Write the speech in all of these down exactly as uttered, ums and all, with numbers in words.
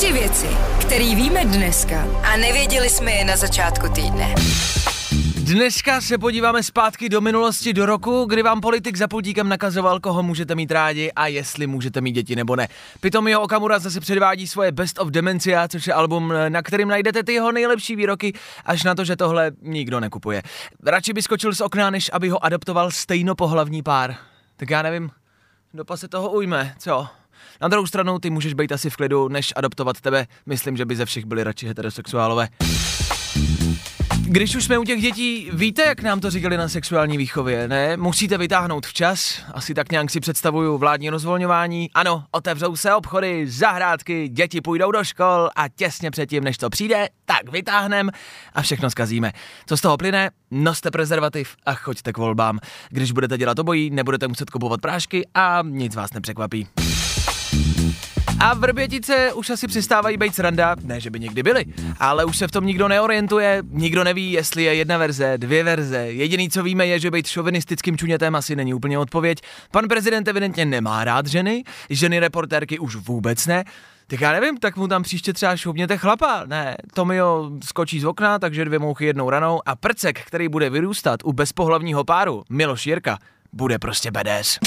Tři věci, které víme dneska a nevěděli jsme je na začátku týdne. Dneska se podíváme zpátky do minulosti, do roku, kdy vám politik za pultíkem nakazoval, koho můžete mít rádi a jestli můžete mít děti nebo ne. Pitomio Okamura zase předvádí svoje Best of Demencia, což je album, na kterým najdete ty jeho nejlepší výroky, až na to, že tohle nikdo nekupuje. Radši by skočil z okna, než aby ho adoptoval stejnopohlavní pár. Tak já nevím, dopa se toho ujme, co? Na druhou stranu ty můžeš být asi v klidu, než adoptovat tebe. Myslím, že by ze všech byli radši heterosexuálové. Když už jsme u těch dětí, víte, jak nám to říkali na sexuální výchově, ne? Musíte vytáhnout včas, asi tak nějak si představuju vládní rozvolňování. Ano, otevřou se obchody, zahrádky, děti půjdou do škol a těsně předtím, než to přijde, tak vytáhnem a všechno zkazíme. Co z toho plyne? Noste prezervativ a choďte k volbám. Když budete dělat obojí, nebudete muset kupovat prášky a nic vás nepřekvapí. A Vrbětice už asi přestávají být sranda, ne že by někdy byly, ale už se v tom nikdo neorientuje, nikdo neví, jestli je jedna verze, dvě verze, jediný co víme je, že být šovinistickým čunětem asi není úplně odpověď, pan prezident evidentně nemá rád ženy, ženy reportérky už vůbec ne, tak já nevím, tak mu tam příště třeba šoupněte chlapa, ne, Tomio skočí z okna, takže dvě mouchy jednou ranou a prcek, který bude vyrůstat u bezpohlavního páru, Miloš Jirka, bude prostě badass.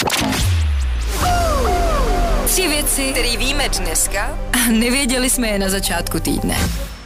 Tři věci, které víme dneska a nevěděli jsme je na začátku týdne.